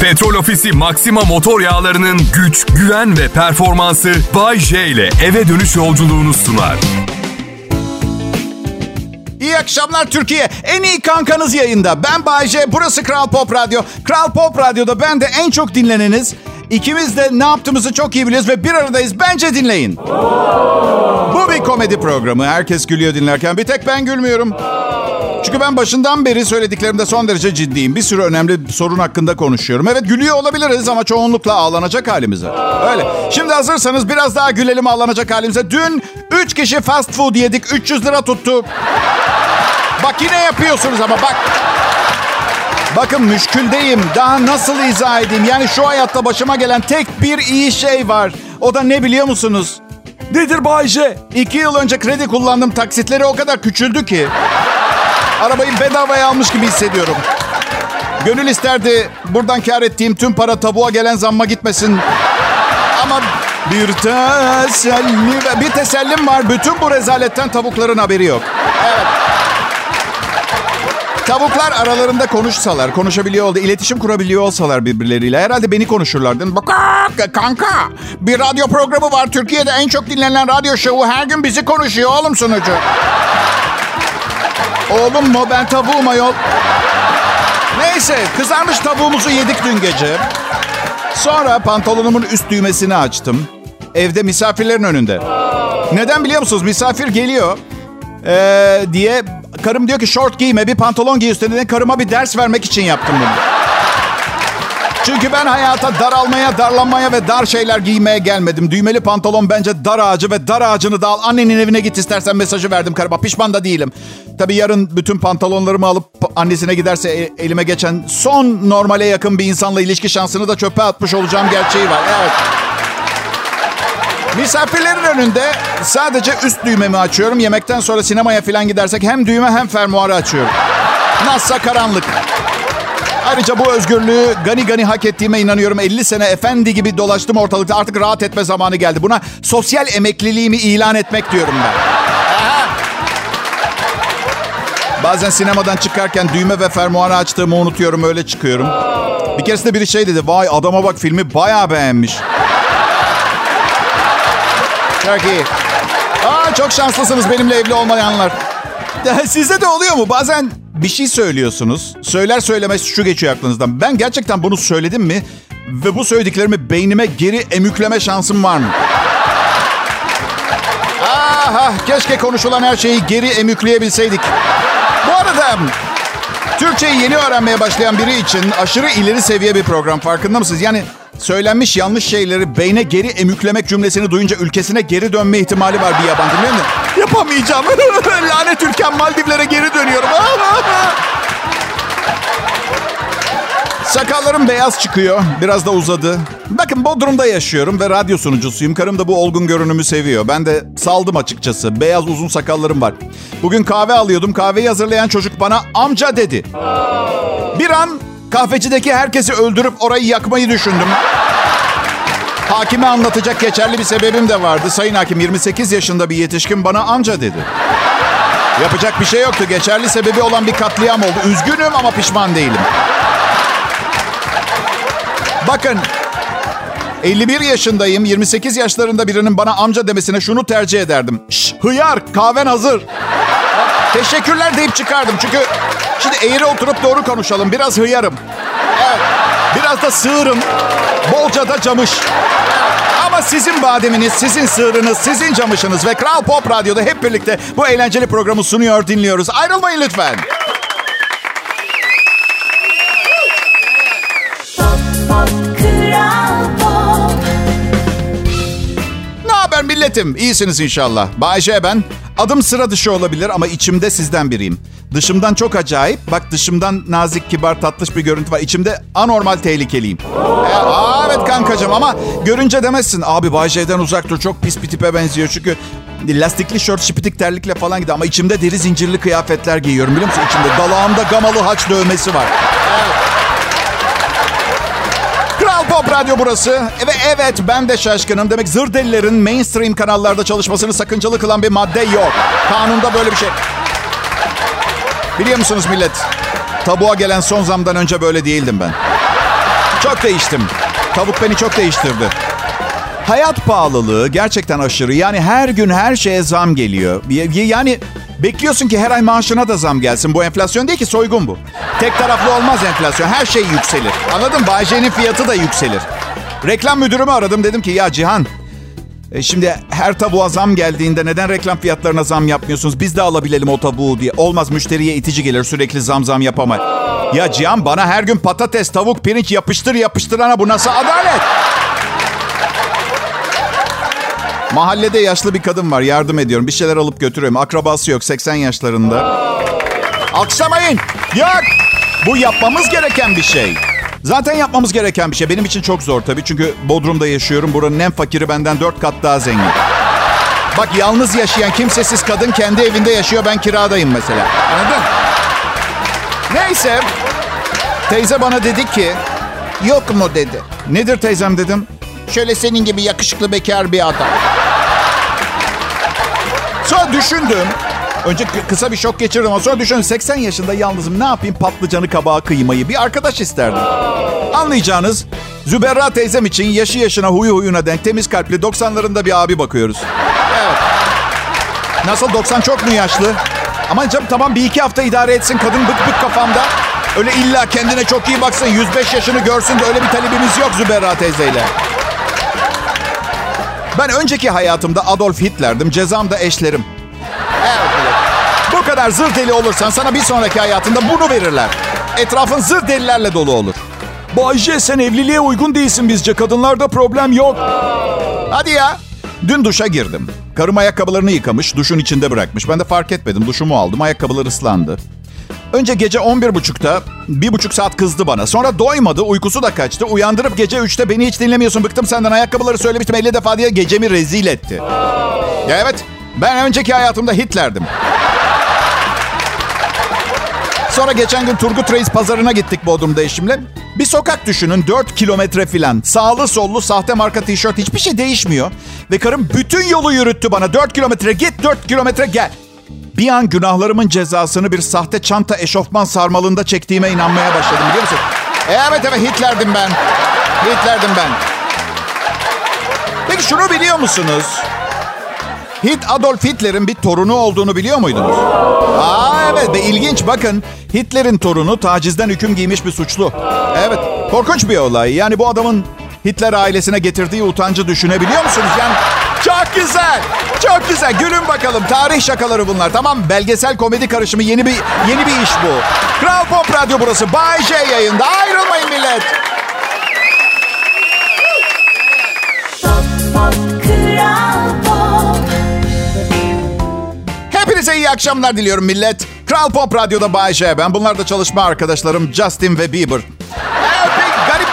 Petrol Ofisi Maxima motor yağlarının güç, güven ve performansı Bay J ile eve dönüş yolculuğunu sunar. İyi akşamlar Türkiye. En iyi kankanız yayında. Ben Bay J. Burası Kral Pop Radyo. Kral Pop Radyo'da ben de en çok dinleneniz. İkimiz de ne yaptığımızı çok iyi biliyoruz ve bir aradayız. Bence dinleyin. Bu bir komedi programı. Herkes gülüyor dinlerken. Bir tek ben gülmüyorum. Çünkü ben başından beri söylediklerimde son derece ciddiyim. Bir sürü önemli sorun hakkında konuşuyorum. Evet, gülüyor olabiliriz ama çoğunlukla ağlanacak halimize. Öyle. Şimdi hazırsanız biraz daha gülelim ağlanacak halimize. Dün 3 kişi fast food yedik. 300 lira tuttu. Bak yine yapıyorsunuz ama bak. Bakın müşküldeyim. Daha nasıl izah edeyim? Yani şu hayatta başıma gelen tek bir iyi şey var. O da ne biliyor musunuz? Nedir Bay J? 2 yıl önce kredi kullandım. Taksitleri o kadar küçüldü ki. Arabayı bedavaya almış gibi hissediyorum. Gönül isterdi buradan kar ettiğim tüm para tavuğa gelen zamma gitmesin. Ama bir tesellim var. Bütün bu rezaletten tavukların haberi yok. Evet. Tavuklar aralarında konuşabiliyor oldu. İletişim kurabiliyor olsalar birbirleriyle herhalde beni konuşurlardı. Bak kanka, bir radyo programı var. Türkiye'de en çok dinlenen radyo şovu. Her gün bizi konuşuyor oğlum sunucu. Oğlum mu? Ben tavuğum ayol. Neyse, kızarmış tavuğumuzu yedik dün gece. Sonra pantolonumun üst düğmesini açtım. Evde misafirlerin önünde. Neden biliyor musunuz? Misafir geliyor diye karım diyor ki şort giyme, bir pantolon giy üstüne. Karıma bir ders vermek için yaptım bunu. Çünkü ben hayata daralmaya, darlanmaya ve dar şeyler giymeye gelmedim. Düğmeli pantolon bence dar ağacı ve dar ağacını da al. Annenin evine git istersen mesajı verdim karıma. Pişman da değilim. Tabii yarın bütün pantolonlarımı alıp annesine giderse elime geçen son normale yakın bir insanla ilişki şansını da çöpe atmış olacağım gerçeği var. Evet. Misafirlerin önünde sadece üst düğmemi açıyorum. Yemekten sonra sinemaya falan gidersek hem düğme hem fermuarı açıyorum. Nasılsa karanlık. Ayrıca bu özgürlüğü gani hak ettiğime inanıyorum. 50 sene efendi gibi dolaştım ortalıkta. Artık rahat etme zamanı geldi. Buna sosyal emekliliğimi ilan etmek diyorum ben. Aha. Bazen sinemadan çıkarken düğme ve fermuarı açtığımı unutuyorum. Öyle çıkıyorum. Bir keresinde biri şey dedi. Vay adama bak, filmi bayağı beğenmiş. Çok iyi. Çok şanslısınız benimle evli olmayanlar. Sizde de oluyor mu? Bazen bir şey söylüyorsunuz. Söyler söylemez şu geçiyor aklınızdan. Ben gerçekten bunu söyledim mi? Ve bu söylediklerimi beynime geri emükleme şansım var mı? Keşke konuşulan her şeyi geri emükleyebilseydik. Bu arada Türkçeyi yeni öğrenmeye başlayan biri için aşırı ileri seviye bir program. Farkında mısınız? Yani söylenmiş yanlış şeyleri beyne geri emüklemek cümlesini duyunca ülkesine geri dönme ihtimali var bir yabancı. Değil mi? Yapamayacağım. Lanet ülkem, Maldivlere geri dönüyorum. Sakallarım beyaz çıkıyor. Biraz da uzadı. Bakın Bodrum'da yaşıyorum ve radyo sunucusuyum. Karım da bu olgun görünümü seviyor. Ben de saldım açıkçası. Beyaz uzun sakallarım var. Bugün kahve alıyordum. Kahveyi hazırlayan çocuk bana amca dedi. Bir an kahvecideki herkesi öldürüp orayı yakmayı düşündüm. Hakime anlatacak geçerli bir sebebim de vardı. Sayın hakim, 28 yaşında bir yetişkin bana amca dedi. Yapacak bir şey yoktu. Geçerli sebebi olan bir katliam oldu. Üzgünüm ama pişman değilim. Bakın, 51 yaşındayım. 28 yaşlarında birinin bana amca demesine şunu tercih ederdim. Hıyar, kahven hazır. Teşekkürler deyip çıkardım. Çünkü şimdi eğri oturup doğru konuşalım. Biraz hıyarım. Evet. Biraz da sığırım. Bolca da camış. Ama sizin bademiniz, sizin sığırınız, sizin camışınız ve Kral Pop Radyo'da hep birlikte bu eğlenceli programı sunuyor, dinliyoruz. Ayrılmayın lütfen. Ne haber milletim? İyisiniz inşallah. Bay J ben. Adım sıra dışı olabilir ama içimde sizden biriyim. Dışımdan çok acayip. Bak, dışımdan nazik, kibar, tatlış bir görüntü var. İçimde anormal tehlikeliyim. Evet kankacığım ama görünce demezsin. Abi Bay J'den uzak dur. Çok pis bir tipe benziyor. Çünkü lastikli şort, şipitik terlikle falan gidiyor. Ama içimde deri zincirli kıyafetler giyiyorum. Biliyor musun? İçimde dalağımda gamalı haç dövmesi var. Evet. Kral Pop Radyo burası. Evet, ben de şaşkınım. Demek zırdelilerin mainstream kanallarda çalışmasını sakıncalı kılan bir madde yok. Kanunda böyle bir şey. Biliyor musunuz millet? Tabuğa gelen son zamdan önce böyle değildim ben. Çok çok değiştim. Tavuk beni çok değiştirdi. Hayat pahalılığı gerçekten aşırı. Yani her gün her şeye zam geliyor. Yani bekliyorsun ki her ay maaşına da zam gelsin. Bu enflasyon değil ki, soygun bu. Tek taraflı olmaz enflasyon. Her şey yükselir. Anladın mı? Bay J'nin fiyatı da yükselir. Reklam müdürümü aradım. Dedim ki ya Cihan, şimdi her tavuğa zam geldiğinde neden reklam fiyatlarına zam yapmıyorsunuz? Biz de alabilelim o tavuğu diye. Olmaz, müşteriye itici gelir, sürekli zam yapamaz. Ya Cihan, bana her gün patates, tavuk, pirinç yapıştırana bu nasıl adalet? Mahallede yaşlı bir kadın var, yardım ediyorum. Bir şeyler alıp götürüyorum. Akrabası yok, 80 yaşlarında. Alkışlamayın. Yok. Bu yapmamız gereken bir şey. Zaten yapmamız gereken bir şey. Benim için çok zor tabii. Çünkü Bodrum'da yaşıyorum. Buranın en fakiri benden 4 kat daha zengin. Bak, yalnız yaşayan kimsesiz kadın kendi evinde yaşıyor. Ben kiradayım mesela. Anladın? Neyse. Teyze bana dedi ki, yok mu dedi. Nedir teyzem dedim. Şöyle senin gibi yakışıklı bekar bir adam. Sonra düşündüm. Önce kısa bir şok geçirdim ama sonra düşündüm. 80 yaşında yalnızım. Ne yapayım? Patlıcanı, kabağı, kıymayı. Bir arkadaş isterdim. Anlayacağınız, Züberra teyzem için yaşı yaşına, huyu huyuna denk, temiz kalpli 90'larında bir abi bakıyoruz. Evet. Nasıl, 90 çok mu yaşlı? Aman canım, tamam, bir iki hafta idare etsin. Kadın bık kafamda. Öyle illa kendine çok iyi baksın, 105 yaşını görsün de öyle bir talebimiz yok Züberra teyzeyle. Ben önceki hayatımda Adolf Hitler'dim. Cezam da eşlerim. Evet. Bu kadar zır deli olursan sana bir sonraki hayatında bunu verirler. Etrafın zır delilerle dolu olur. Bay J, sen evliliğe uygun değilsin bizce. Kadınlarda problem yok. Hadi ya. Dün duşa girdim. Karım ayakkabılarını yıkamış, duşun içinde bırakmış. Ben de fark etmedim. Duşumu aldım. Ayakkabılar ıslandı. Önce gece 11.30'da 1,5 saat kızdı bana. Sonra doymadı, uykusu da kaçtı. Uyandırıp gece 3'te beni hiç dinlemiyorsun, bıktım senden, ayakkabıları söylemiştim 50 defa diye gecemi rezil etti. Ya evet, ben önceki hayatımda Hitler'dim. Sonra geçen gün Turgut Reis pazarına gittik Bodrum'da eşimle. Bir sokak düşünün, 4 kilometre filan. Sağlı sollu sahte marka tişört, hiçbir şey değişmiyor. Ve karım bütün yolu yürüttü bana. 4 kilometre git, 4 kilometre gel. Bir an günahlarımın cezasını bir sahte çanta eşofman sarmalında çektiğime inanmaya başladım, biliyor musun? Evet, Hitler'dim ben. Peki şunu biliyor musunuz? Adolf Hitler'in bir torunu olduğunu biliyor muydunuz? Evet ve ilginç, bakın, Hitler'in torunu tacizden hüküm giymiş bir suçlu. Evet, korkunç bir olay. Yani bu adamın Hitler ailesine getirdiği utancı düşünebiliyor musunuz? Yani çok güzel. Çok güzel. Gülün bakalım. Tarih şakaları bunlar. Tamam, belgesel komedi karışımı, yeni bir iş bu. Kral Pop Radyo burası. Bay J yayında. Ayrılmayın millet. Hepinize iyi akşamlar diliyorum millet. Kral Pop Radyo'da Bay J ben. Bunlar da çalışma arkadaşlarım Justin ve Bieber. Garip.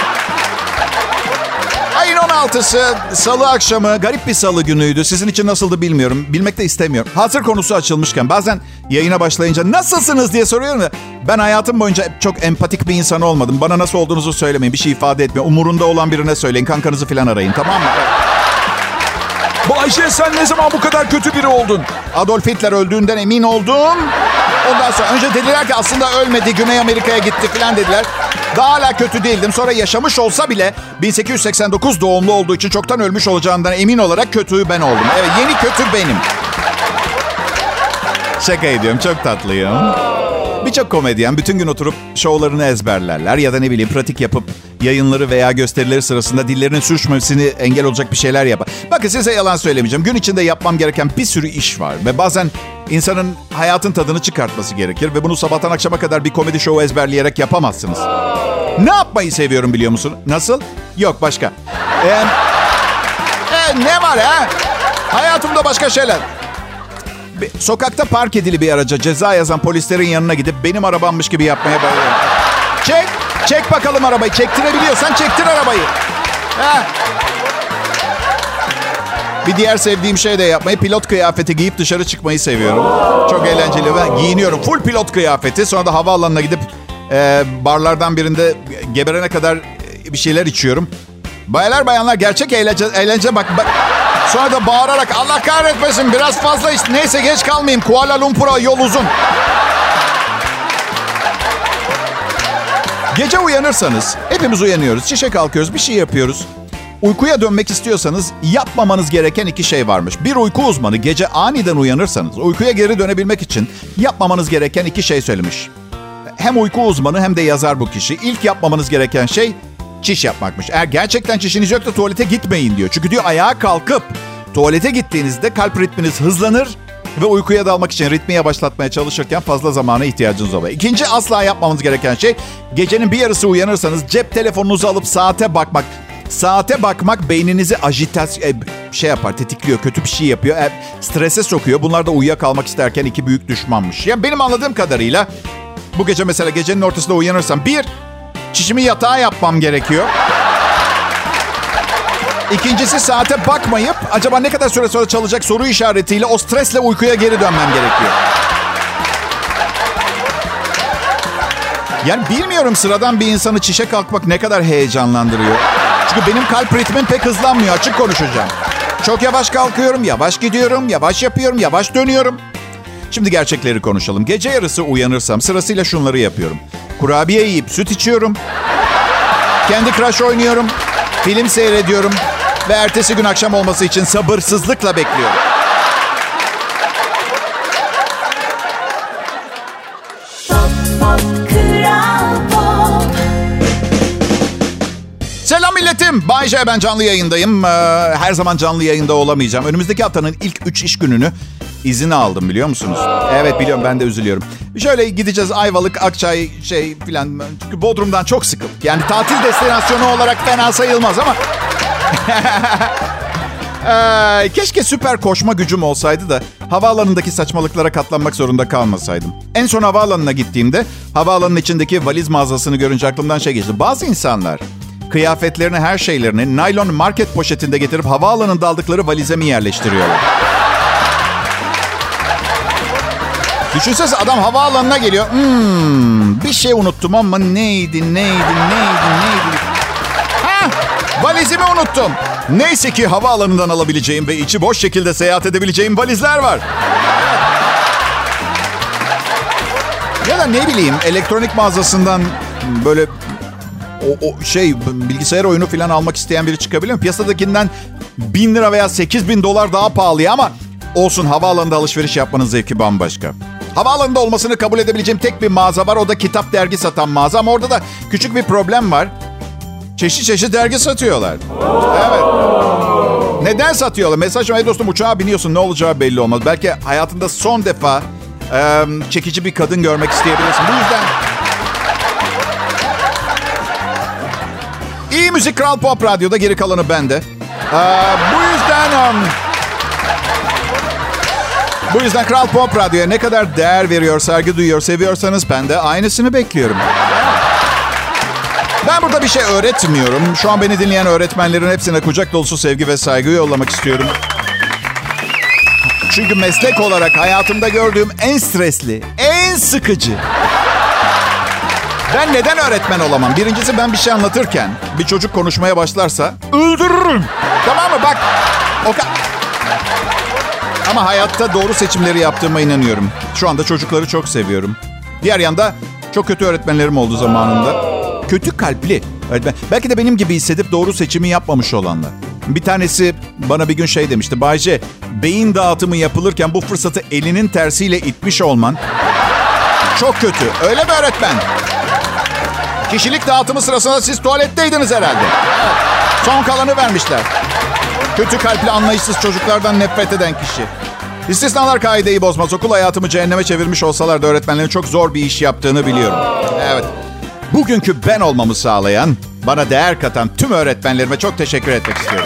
Ayın 16'sı salı akşamı, garip bir salı günüydü. Sizin için nasıldı bilmiyorum. Bilmek de istemiyorum. Hazır konusu açılmışken bazen yayına başlayınca nasılsınız diye soruyorum ya. Ben hayatım boyunca çok empatik bir insan olmadım. Bana nasıl olduğunuzu söylemeyin. Bir şey ifade etmiyor. Umurunda olan birine söyleyin. Kankanızı falan arayın, tamam mı? Bayşe, sen ne zaman bu kadar kötü biri oldun? Adolf Hitler öldüğünden emin oldum. Ondan sonra önce dediler ki aslında ölmedi, Güney Amerika'ya gitti falan dediler. Daha hala kötü değildim. Sonra yaşamış olsa bile 1889 doğumlu olduğu için çoktan ölmüş olacağından emin olarak kötüyü ben oldum. Evet, yeni kötü benim. Şaka ediyorum, çok tatlıyım. Birçok komedyen bütün gün oturup şovlarını ezberlerler ya da ne bileyim pratik yapıp yayınları veya gösterileri sırasında dillerinin sürçmesini engel olacak bir şeyler yapar. Bakın, size yalan söylemeyeceğim. Gün içinde yapmam gereken bir sürü iş var ve bazen insanın hayatın tadını çıkartması gerekir ve bunu sabahtan akşama kadar bir komedi şovu ezberleyerek yapamazsınız. Ne yapmayı seviyorum biliyor musun? Nasıl? Yok, başka. Ne var ha? Hayatımda başka şeyler. Sokakta park edili bir araca ceza yazan polislerin yanına gidip benim arabammış gibi yapmaya bayılıyorum. Çek bakalım arabayı. Çektirebiliyorsan çektir arabayı. Ha. Bir diğer sevdiğim şey de yapmayı, pilot kıyafeti giyip dışarı çıkmayı seviyorum. Çok eğlenceli. Ben giyiniyorum. Full pilot kıyafeti. Sonra da havaalanına gidip barlardan birinde geberene kadar bir şeyler içiyorum. Baylar bayanlar, gerçek eğlence bak. Sonra da bağırarak Allah kahretmesin biraz fazla işte. Neyse, geç kalmayayım. Kuala Lumpur'a yol uzun. Gece uyanırsanız, hepimiz uyanıyoruz, çişe kalkıyoruz, bir şey yapıyoruz. Uykuya dönmek istiyorsanız yapmamanız gereken 2 şey varmış. Bir uyku uzmanı gece aniden uyanırsanız uykuya geri dönebilmek için yapmamanız gereken 2 şey söylemiş. Hem uyku uzmanı hem de yazar bu kişi. İlk yapmamanız gereken şey çiş yapmakmış. Eğer gerçekten çişiniz yoksa tuvalete gitmeyin diyor. Çünkü diyor ayağa kalkıp tuvalete gittiğinizde kalp ritminiz hızlanır ve uykuya dalmak için ritmi yavaşlatmaya çalışırken fazla zamana ihtiyacınız oluyor. İkinci asla yapmamanız gereken şey gecenin bir yarısı uyanırsanız cep telefonunuzu alıp saate bakmak. Saate bakmak beyninizi tetikliyor, kötü bir şey yapıyor, strese sokuyor. Bunlar da uyuyakalmak isterken 2 büyük düşmanmış. Yani benim anladığım kadarıyla bu gece mesela gecenin ortasında uyanırsam çişimi yatağa yapmam gerekiyor. İkincisi saate bakmayıp acaba ne kadar süre sonra çalacak soru işaretiyle o stresle uykuya geri dönmem gerekiyor. Yani bilmiyorum sıradan bir insanı çişe kalkmak ne kadar heyecanlandırıyor. Çünkü benim kalp ritmim pek hızlanmıyor, açık konuşacağım. Çok yavaş kalkıyorum, yavaş gidiyorum, yavaş yapıyorum, yavaş dönüyorum. Şimdi gerçekleri konuşalım. Gece yarısı uyanırsam sırasıyla şunları yapıyorum. Kurabiye yiyip süt içiyorum. Candy Crush oynuyorum. Film seyrediyorum. Ve ertesi gün akşam olması için sabırsızlıkla bekliyorum. Selam milletim. Bay J, ben canlı yayındayım. Her zaman canlı yayında olamayacağım. Önümüzdeki haftanın ilk 3 iş gününü izin aldım, biliyor musunuz? Evet biliyorum, ben de üzülüyorum. Şöyle gideceğiz Ayvalık, Akçay filan. Çünkü Bodrum'dan çok sıkıldık. Yani tatil destinasyonu olarak fena sayılmaz ama. Keşke süper koşma gücüm olsaydı da havaalanındaki saçmalıklara katlanmak zorunda kalmasaydım. En son havaalanına gittiğimde havaalanının içindeki valiz mağazasını görünce aklımdan geçti. Bazı insanlar kıyafetlerini, her şeylerini naylon market poşetinde getirip havaalanında aldıkları valize mi yerleştiriyorlar? Düşünsenize adam havaalanına geliyor. Bir şey unuttum ama neydi? Valizimi unuttum. Neyse ki havaalanından alabileceğim ve içi boş şekilde seyahat edebileceğim valizler var. Ya da ne bileyim, elektronik mağazasından böyle bilgisayar oyunu falan almak isteyen biri çıkabilir mi? Piyasadakinden 1000 lira veya 8.000 dolar daha pahalı ama olsun, havaalanında alışveriş yapmanın zevki bambaşka. Havaalanında olmasını kabul edebileceğim tek bir mağaza var. O da kitap, dergi satan mağaza. Ama orada da küçük bir problem var. Çeşit çeşit dergi satıyorlar. Evet. Neden satıyorlar? Mesaj ver dostum, uçağa biniyorsun, ne olacağı belli olmaz. Belki hayatında son defa çekici bir kadın görmek isteyebilirsin. Bu yüzden... İyi müzik Kral Pop Radyo'da, geri kalanı bende. Bu yüzden Kral Pop Radyo'ya ne kadar değer veriyor, saygı duyuyor, seviyorsanız ben de aynısını bekliyorum. Ben burada bir şey öğretmiyorum. Şu an beni dinleyen öğretmenlerin hepsine kucak dolusu sevgi ve saygı yollamak istiyorum. Çünkü meslek olarak hayatımda gördüğüm en stresli, en sıkıcı. Ben neden öğretmen olamam? Birincisi, ben bir şey anlatırken bir çocuk konuşmaya başlarsa öldürürüm. Tamam mı? Bak. Ama hayatta doğru seçimleri yaptığıma inanıyorum. Şu anda çocukları çok seviyorum. Diğer yanda çok kötü öğretmenlerim oldu zamanında. Kötü kalpli öğretmen. Belki de benim gibi hissedip doğru seçimi yapmamış olanlar. Bir tanesi bana bir gün demişti. Bay J, beyin dağıtımı yapılırken bu fırsatı elinin tersiyle itmiş olman çok kötü. Öyle mi öğretmen? Kişilik dağıtımı sırasında siz tuvaletteydiniz herhalde. Son kalanı vermişler. Kötü kalpli, anlayışsız çocuklardan nefret eden kişi. İstisnalar kaideyi bozmaz. Okul hayatımı cehenneme çevirmiş olsalar da öğretmenlerin çok zor bir iş yaptığını biliyorum. Evet. Bugünkü ben olmamı sağlayan, bana değer katan tüm öğretmenlerime çok teşekkür etmek istiyorum.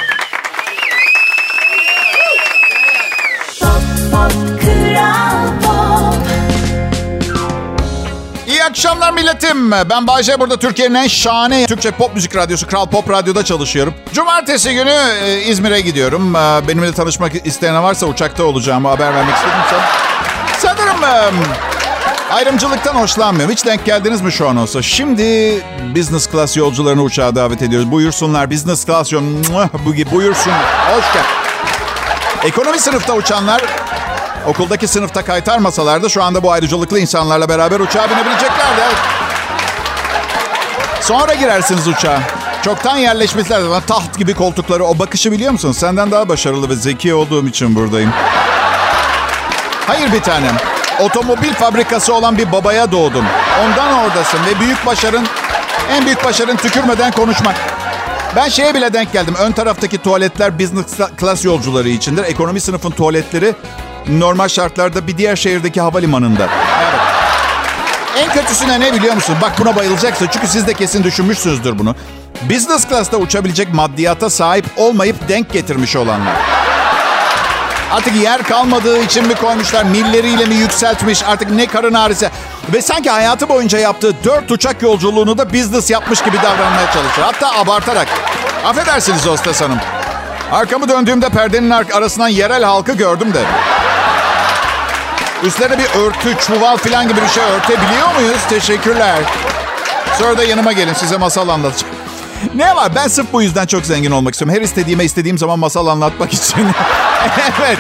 İyi akşamlar milletim. Ben Bay J, burada Türkiye'nin en şahane Türkçe pop müzik radyosu Kral Pop Radyo'da çalışıyorum. Cumartesi günü İzmir'e gidiyorum. Benimle tanışmak isteyen varsa uçakta olacağımı haber vermek istedim. Sanırım ayrımcılıktan hoşlanmıyorum. Hiç denk geldiniz mi şu an olsa? Şimdi business class yolcularını uçağa davet ediyoruz. Buyursunlar business class buyursun. Hoş gel. Ekonomi sınıfta uçanlar okuldaki sınıfta kaytarmasalar da şu anda bu ayrıcalıklı insanlarla beraber uçağa binebileceklerdi. Evet. Sonra girersiniz uçağa. Çoktan yerleşmişler. Taht gibi koltukları. O bakışı biliyor musun? Senden daha başarılı ve zeki olduğum için buradayım. Hayır bir tanem. Otomobil fabrikası olan bir babaya doğdun. Ondan oradasın ve en büyük başarın tükürmeden konuşmak. Ben şeye bile denk geldim. Ön taraftaki tuvaletler business class yolcuları içindir. Ekonomi sınıfın tuvaletleri normal şartlarda bir diğer şehirdeki havalimanında. Evet. En kötüsü ne biliyor musun? Bak buna bayılacaksın. Çünkü siz de kesin düşünmüşsünüzdür bunu. Business class'ta uçabilecek maddiyata sahip olmayıp denk getirmiş olanlar. Artık yer kalmadığı için mi koymuşlar, milleriyle mi yükseltmiş, artık ne karın ağrısı. Ve sanki hayatı boyunca yaptığı 4 uçak yolculuğunu da business yapmış gibi davranmaya çalışıyor. Hatta abartarak. Affedersiniz hostes hanım. Arkamı döndüğümde perdenin arasından yerel halkı gördüm de. Üstlerine bir örtü, çuval falan gibi bir şey örtebiliyor muyuz? Teşekkürler. Sonra da yanıma gelin, size masal anlatacağım. Ne var? Ben sırf bu yüzden çok zengin olmak istiyorum. Her istediğim zaman masal anlatmak için. Evet.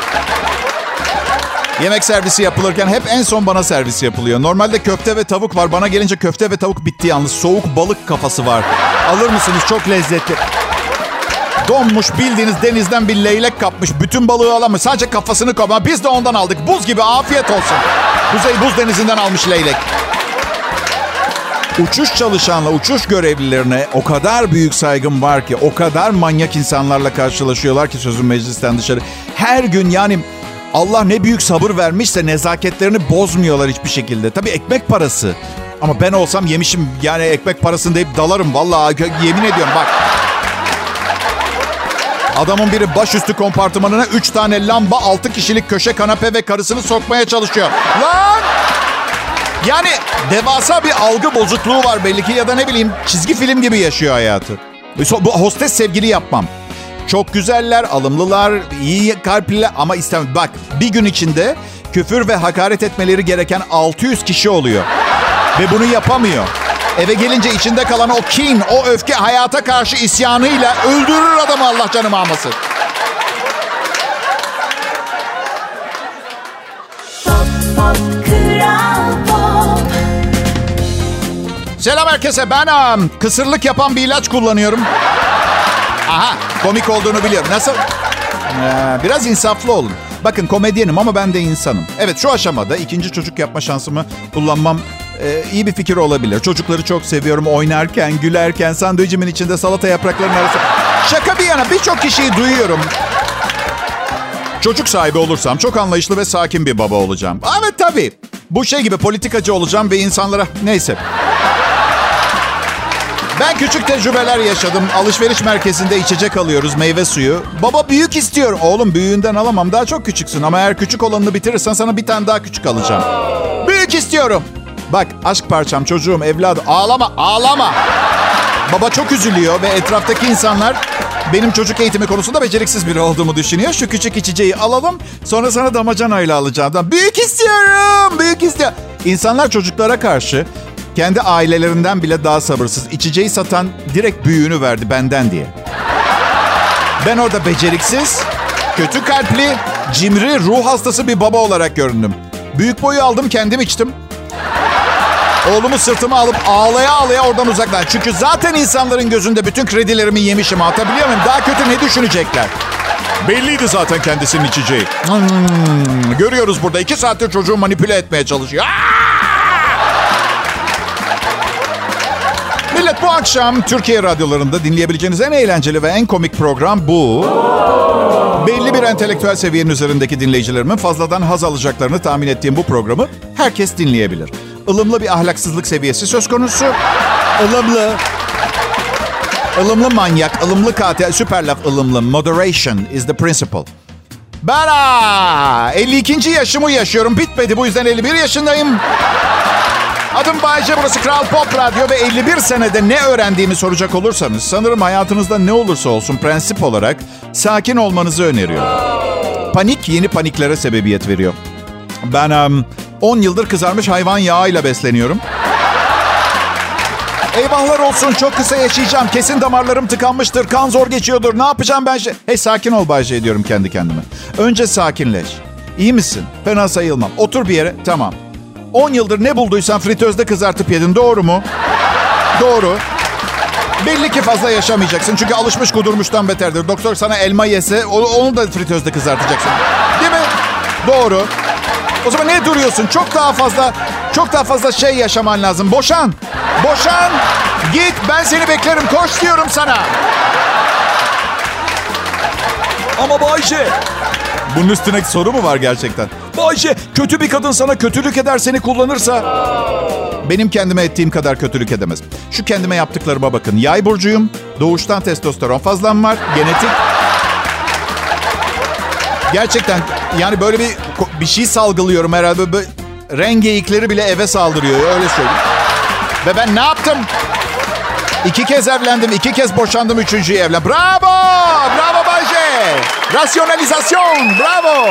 Yemek servisi yapılırken hep en son bana servis yapılıyor. Normalde köfte ve tavuk var. Bana gelince köfte ve tavuk bitti yalnız. Soğuk balık kafası var. Alır mısınız? Çok lezzetli. Donmuş, bildiğiniz denizden bir leylek kapmış. Bütün balığı alamış. Sadece kafasını kapmış. Biz de ondan aldık. Buz gibi, afiyet olsun. Kuzey Buz Denizi'nden almış leylek. Uçuş çalışanla uçuş görevlilerine o kadar büyük saygım var ki, o kadar manyak insanlarla karşılaşıyorlar ki sözüm meclisten dışarı. Her gün yani Allah ne büyük sabır vermişse nezaketlerini bozmuyorlar hiçbir şekilde. Tabii ekmek parası. Ama ben olsam yemişim yani ekmek parasını deyip dalarım. Vallahi yemin ediyorum bak. Adamın biri başüstü kompartımanına 3 tane lamba, 6 kişilik köşe kanepe ve karısını sokmaya çalışıyor. Lan! Yani devasa bir algı bozukluğu var belli ki ya da ne bileyim çizgi film gibi yaşıyor hayatı. Bu hostes sevgili yapmam. Çok güzeller, alımlılar, iyi kalpliler ama istemem. Bak bir gün içinde küfür ve hakaret etmeleri gereken 600 kişi oluyor. Ve bunu yapamıyor. Eve gelince içinde kalan o kin, o öfke hayata karşı isyanıyla öldürür adamı, Allah canımı almasın. Selam herkese. Ben kısırlık yapan bir ilaç kullanıyorum. Aha, komik olduğunu biliyorum. Nasıl? Biraz insaflı olun. Bakın komedyenim ama ben de insanım. Evet, şu aşamada ikinci çocuk yapma şansımı kullanmam iyi bir fikir olabilir. Çocukları çok seviyorum. Oynarken, gülerken, sandviçimin içinde salata yapraklarının arası. Şaka bir yana birçok kişiyi duyuyorum. Çocuk sahibi olursam çok anlayışlı ve sakin bir baba olacağım. Evet tabii. Bu şey gibi politikacı olacağım ve insanlara... Neyse. Ben küçük tecrübeler yaşadım. Alışveriş merkezinde içecek alıyoruz, meyve suyu. Baba büyük istiyor. Oğlum büyüğünden alamam, daha çok küçüksün. Ama eğer küçük olanını bitirirsen sana bir tane daha küçük alacağım. Büyük istiyorum. Bak aşk parçam, çocuğum, evladım. Ağlama, ağlama. Baba çok üzülüyor ve etraftaki insanlar benim çocuk eğitimi konusunda beceriksiz biri olduğumu düşünüyor. Şu küçük içeceği alalım, sonra sana damacanayla alacağım. Büyük istiyorum, büyük istiyorum. İnsanlar çocuklara karşı kendi ailelerinden bile daha sabırsız. İçeceği satan direkt büyüğünü verdi benden diye. Ben orada beceriksiz, kötü kalpli, cimri, ruh hastası bir baba olarak göründüm. Büyük boyu aldım, kendim içtim. Oğlumu sırtıma alıp ağlaya ağlaya oradan uzaklaştım. Çünkü zaten insanların gözünde bütün kredilerimi yemişim. Atabiliyor muyum? Daha kötü ne düşünecekler? Belliydi zaten kendisinin içeceği. Görüyoruz burada 2 saattir çocuğu manipüle etmeye çalışıyor. Millet, bu akşam Türkiye radyolarında dinleyebileceğiniz en eğlenceli ve en komik program bu. Belli bir entelektüel seviyenin üzerindeki dinleyicilerimin fazladan haz alacaklarını tahmin ettiğim bu programı herkes dinleyebilir. Ilımlı bir ahlaksızlık seviyesi söz konusu. Ilımlı manyak, ılımlı katil, süper laf ılımlı. Moderation is the principle. Ben 52. yaşımı yaşıyorum. Bitmedi, bu yüzden 51 yaşındayım. Adım Bayce, burası Kral Pop Radyo ve 51 senede ne öğrendiğimi soracak olursanız sanırım hayatınızda ne olursa olsun prensip olarak sakin olmanızı öneriyorum. Panik yeni paniklere sebebiyet veriyor. Ben 10 yıldır kızarmış hayvan yağıyla besleniyorum. Eyvahlar olsun, çok kısa yaşayacağım. Kesin damarlarım tıkanmıştır, kan zor geçiyordur. Ne yapacağım ben? Hey sakin ol Bayce diyorum kendi kendime. Önce sakinleş. İyi misin? Fena sayılmam. Otur bir yere. Tamam. 10 yıldır ne bulduysan fritözde kızartıp yedin, doğru mu? Doğru. Belli ki fazla yaşamayacaksın. Çünkü alışmış kudurmuştan beterdir. Doktor sana elma yese onu da fritözde kızartacaksın. Değil mi? Doğru. O zaman ne duruyorsun? Çok daha fazla şey yaşaman lazım. Boşan. Boşan. Git, ben seni beklerim. Koş diyorum sana. Ama Bayşe. Bunun üstüne soru mu var gerçekten? Bayşe, kötü bir kadın sana kötülük eder, seni kullanırsa. Benim kendime ettiğim kadar kötülük edemez. Şu kendime yaptıklarıma bakın. Yay burcuyum. Doğuştan testosteron fazlam var. Genetik. Gerçekten yani böyle bir şey salgılıyorum herhalde. Böyle rengeyikleri bile eve saldırıyor. Öyle söyleyeyim. Ve ben ne yaptım? 2 kez evlendim. 2 kez boşandım. 3.'yü evlen. Bravo! Bravo Bayce! Rasyonalizasyon! Bravo!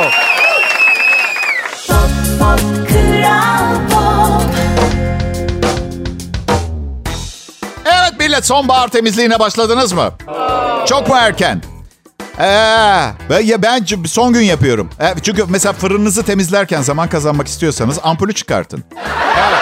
Evet millet, sonbahar temizliğine başladınız mı? Çok mu erken? Ben son gün yapıyorum. Çünkü mesela fırınınızı temizlerken zaman kazanmak istiyorsanız ampulü çıkartın. Evet.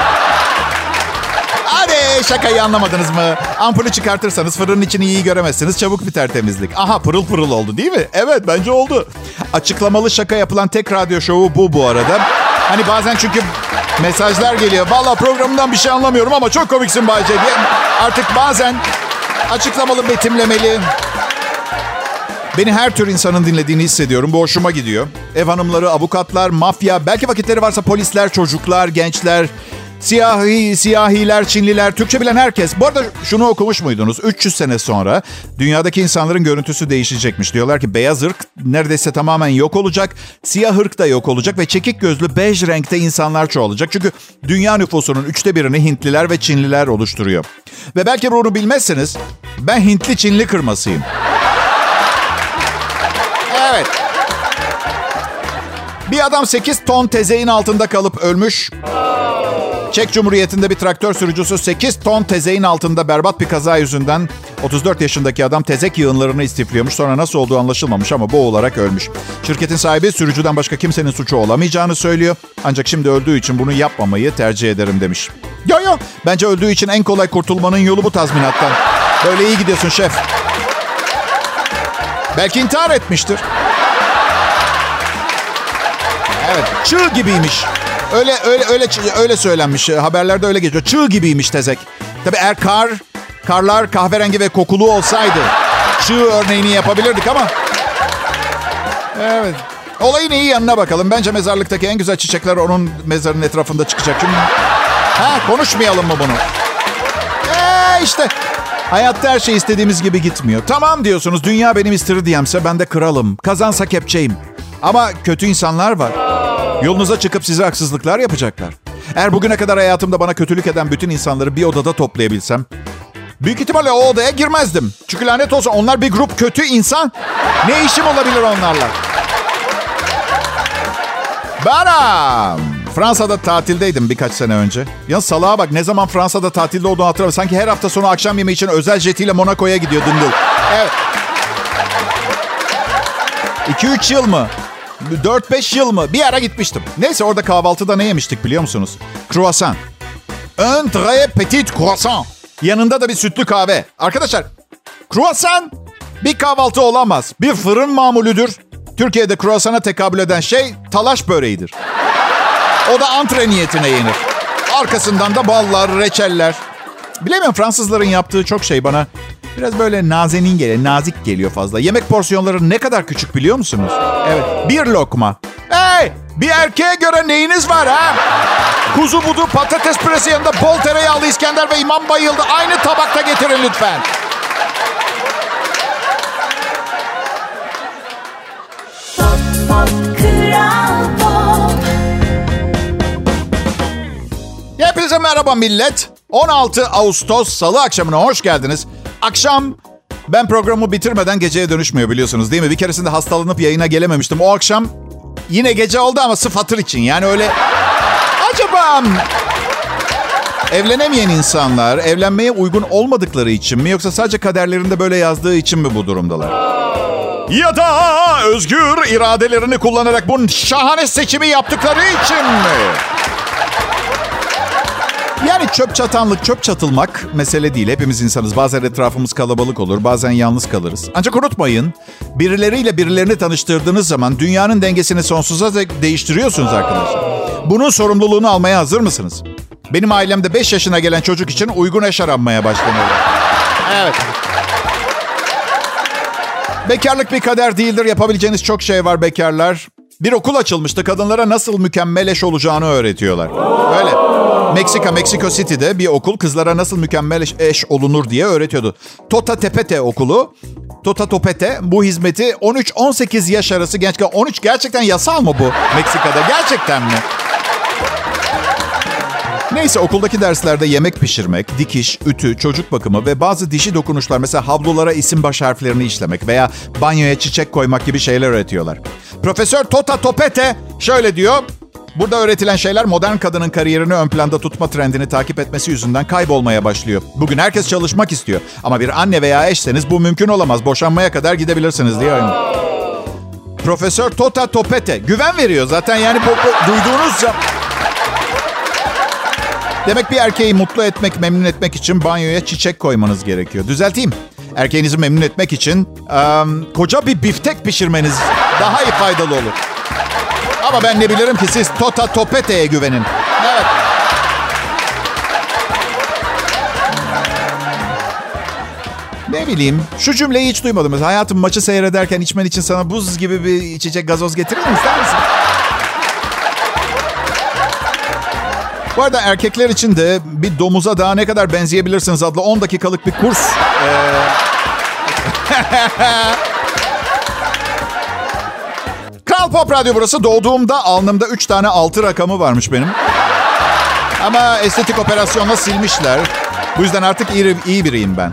Hadi şakayı anlamadınız mı? Ampulü çıkartırsanız fırının içini iyi göremezsiniz. Çabuk biter temizlik. Aha, pırıl pırıl oldu değil mi? Evet, bence oldu. Açıklamalı şaka yapılan tek radyo şovu bu arada. Hani bazen çünkü mesajlar geliyor. Valla programından bir şey anlamıyorum ama çok komiksin Bayce diye. Artık bazen açıklamalı, betimlemeli. Beni her tür insanın dinlediğini hissediyorum. Bu hoşuma gidiyor. Ev hanımları, avukatlar, mafya, belki vakitleri varsa polisler, çocuklar, gençler, siyahiler, Çinliler, Türkçe bilen herkes. Bu arada şunu okumuş muydunuz? 300 sene sonra dünyadaki insanların görüntüsü değişecekmiş. Diyorlar ki beyaz ırk neredeyse tamamen yok olacak. Siyah ırk da yok olacak ve çekik gözlü bej renkte insanlar çoğalacak. Çünkü dünya nüfusunun 1/3'ünü Hintliler ve Çinliler oluşturuyor. Ve belki bunu bilmezseniz ben Hintli Çinli kırmasıyım. Evet. Bir adam 8 ton tezeğin altında kalıp ölmüş. Çek Cumhuriyeti'nde bir traktör sürücüsü 8 ton tezeğin altında berbat bir kaza yüzünden 34 yaşındaki adam tezek yığınlarını istifliyormuş. Sonra nasıl olduğu anlaşılmamış ama boğularak ölmüş. Şirketin sahibi sürücüden başka kimsenin suçu olamayacağını söylüyor. Ancak şimdi öldüğü için bunu yapmamayı tercih ederim demiş. Yo, bence öldüğü için en kolay kurtulmanın yolu bu tazminattan. Böyle iyi gidiyorsun şef. Belki intihar etmiştir. Evet, çığ gibiymiş. Öyle söylenmiş. Haberlerde öyle geçiyor. Çığ gibiymiş tezek. Tabii eğer karlar kahverengi ve kokulu olsaydı çığ örneğini yapabilirdik ama. Evet. Olayın iyi yanına bakalım. Bence mezarlıktaki en güzel çiçekler onun mezarının etrafında çıkacak. Çünkü konuşmayalım mı bunu? İşte hayatta her şey istediğimiz gibi gitmiyor. Tamam diyorsunuz, dünya benim istiridyemse ben de kralım. Kazansa kepçeyim. Ama kötü insanlar var. Yolunuza çıkıp size haksızlıklar yapacaklar. Eğer bugüne kadar hayatımda bana kötülük eden bütün insanları bir odada toplayabilsem, büyük ihtimalle o odaya girmezdim. Çünkü lanet olsun, onlar bir grup kötü insan. Ne işim olabilir onlarla? Benim Fransa'da tatildeydim birkaç sene önce. Ya salağa bak, ne zaman Fransa'da tatilde olduğunu hatırlamıyorum. Sanki her hafta sonu akşam yemeği için özel jetiyle Monaco'ya gidiyor dıngıl. Evet. 2-3 yıl mı? 4-5 yıl mı? Bir ara gitmiştim. Neyse, orada kahvaltıda ne yemiştik biliyor musunuz? Croissant. Un très petit croissant. Yanında da bir sütlü kahve. Arkadaşlar, croissant bir kahvaltı olamaz. Bir fırın mamulüdür. Türkiye'de croissant'a tekabül eden şey talaş böreğidir. O da antre niyetine yenir. Arkasından da ballar, reçeller. Bilemiyorum, Fransızların yaptığı çok şey bana biraz böyle nazenin geliyor, nazik geliyor fazla. Yemek porsiyonları ne kadar küçük biliyor musunuz? Evet, bir lokma. Hey, bir erkeğe göre neyiniz var ha? Kuzu budu, patates püresi yanında bol tereyağlı İskender ve imam bayıldı. Aynı tabakta getirin lütfen. Hepinize merhaba millet. 16 Ağustos Salı akşamına hoş geldiniz. Akşam ben programı bitirmeden geceye dönüşmüyor biliyorsunuz değil mi? Bir keresinde hastalanıp yayına gelememiştim. O akşam yine gece oldu ama sırf hatır için. Yani öyle acaba evlenemeyen insanlar evlenmeye uygun olmadıkları için mi, yoksa sadece kaderlerinde böyle yazdığı için mi bu durumdalar? Ya da özgür iradelerini kullanarak bu şahane seçimi yaptıkları için mi? Yani çöp çatılmak mesele değil. Hepimiz insanız. Bazen etrafımız kalabalık olur. Bazen yalnız kalırız. Ancak unutmayın, birileriyle birilerini tanıştırdığınız zaman dünyanın dengesini sonsuza dek değiştiriyorsunuz arkadaşlar. Bunun sorumluluğunu almaya hazır mısınız? Benim ailemde 5 yaşına gelen çocuk için uygun eş aranmaya başlanıyor. Evet. Bekarlık bir kader değildir. Yapabileceğiniz çok şey var bekarlar. Bir okul açılmıştı. Kadınlara nasıl mükemmel eş olacağını öğretiyorlar. Öyle. Mexico City'de bir okul kızlara nasıl mükemmel eş olunur diye öğretiyordu. Tota Tepete okulu. Tota Topete bu hizmeti 13-18 yaş arası genç. 13 gerçekten yasal mı bu Meksika'da? Gerçekten mi? Neyse okuldaki derslerde yemek pişirmek, dikiş, ütü, çocuk bakımı ve bazı dişi dokunuşlar mesela havlulara isim baş harflerini işlemek veya banyoya çiçek koymak gibi şeyler öğretiyorlar. Profesör Tota Topete şöyle diyor. Burada öğretilen şeyler modern kadının kariyerini ön planda tutma trendini takip etmesi yüzünden kaybolmaya başlıyor. Bugün herkes çalışmak istiyor. Ama bir anne veya eşseniz bu mümkün olamaz. Boşanmaya kadar gidebilirsiniz diyor. Profesör Tota Topete güven veriyor zaten yani duyduğunuzca. Demek bir erkeği mutlu etmek, memnun etmek için banyoya çiçek koymanız gerekiyor. Düzelteyim. Erkeğinizi memnun etmek için koca bir biftek pişirmeniz daha iyi faydalı olur. Ama ben ne bilirim ki siz Tota Topete'ye güvenin. Evet. Ne bileyim, şu cümleyi hiç duymadım. Hayatım maçı seyrederken içmen için sana buz gibi bir içecek gazoz getireyim mi? İster misin? Bu arada erkekler için de bir domuza daha ne kadar benzeyebilirsiniz adlı 10 dakikalık bir kurs. Kral Pop Radyo burası. Doğduğumda alnımda 3 tane 6 rakamı varmış benim. Ama estetik operasyonla silmişler. Bu yüzden artık iyi biriyim ben.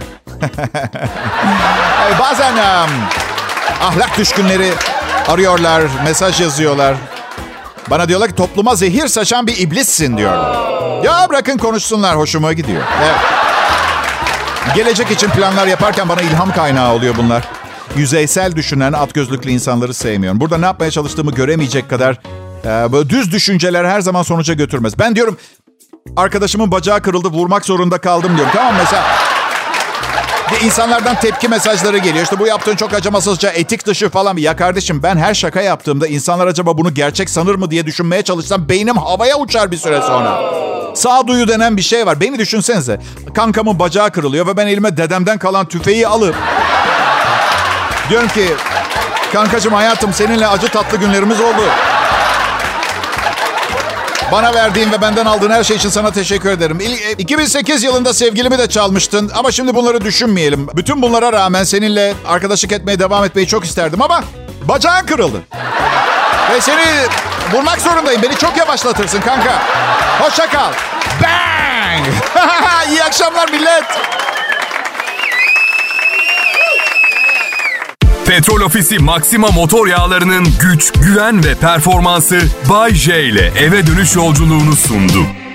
Bazen ahlak düşkünleri arıyorlar, mesaj yazıyorlar. Bana diyorlar ki topluma zehir saçan bir iblissin diyorlar. Ya bırakın konuşsunlar, hoşuma gidiyor. Evet. Gelecek için planlar yaparken bana ilham kaynağı oluyor bunlar. Yüzeysel düşünen at gözlüklü insanları sevmiyorum. Burada ne yapmaya çalıştığımı göremeyecek kadar böyle düz düşünceler her zaman sonuca götürmez. Ben diyorum arkadaşımın bacağı kırıldı, vurmak zorunda kaldım diyorum. Tamam mesela. İnsanlardan tepki mesajları geliyor. İşte bu yaptığın çok acımasızca, etik dışı falan. Ya kardeşim ben her şaka yaptığımda insanlar acaba bunu gerçek sanır mı diye düşünmeye çalışsam beynim havaya uçar bir süre sonra. Sağduyu denen bir şey var. Beni düşünsenize. Kankamın bacağı kırılıyor ve ben elime dedemden kalan tüfeği alıp diyorum ki kankacığım hayatım seninle acı tatlı günlerimiz oldu. Bana verdiğin ve benden aldığın her şey için sana teşekkür ederim. 2008 yılında sevgilimi de çalmıştın ama şimdi bunları düşünmeyelim. Bütün bunlara rağmen seninle arkadaşlık etmeye devam etmeyi çok isterdim ama bacağın kırıldı. Ve seni vurmak zorundayım. Beni çok yavaşlatırsın kanka. Hoşça kal. Bang! İyi akşamlar millet. Petrol Ofisi Maxima motor yağlarının güç, güven ve performansı Bay J ile eve dönüş yolculuğunu sundu.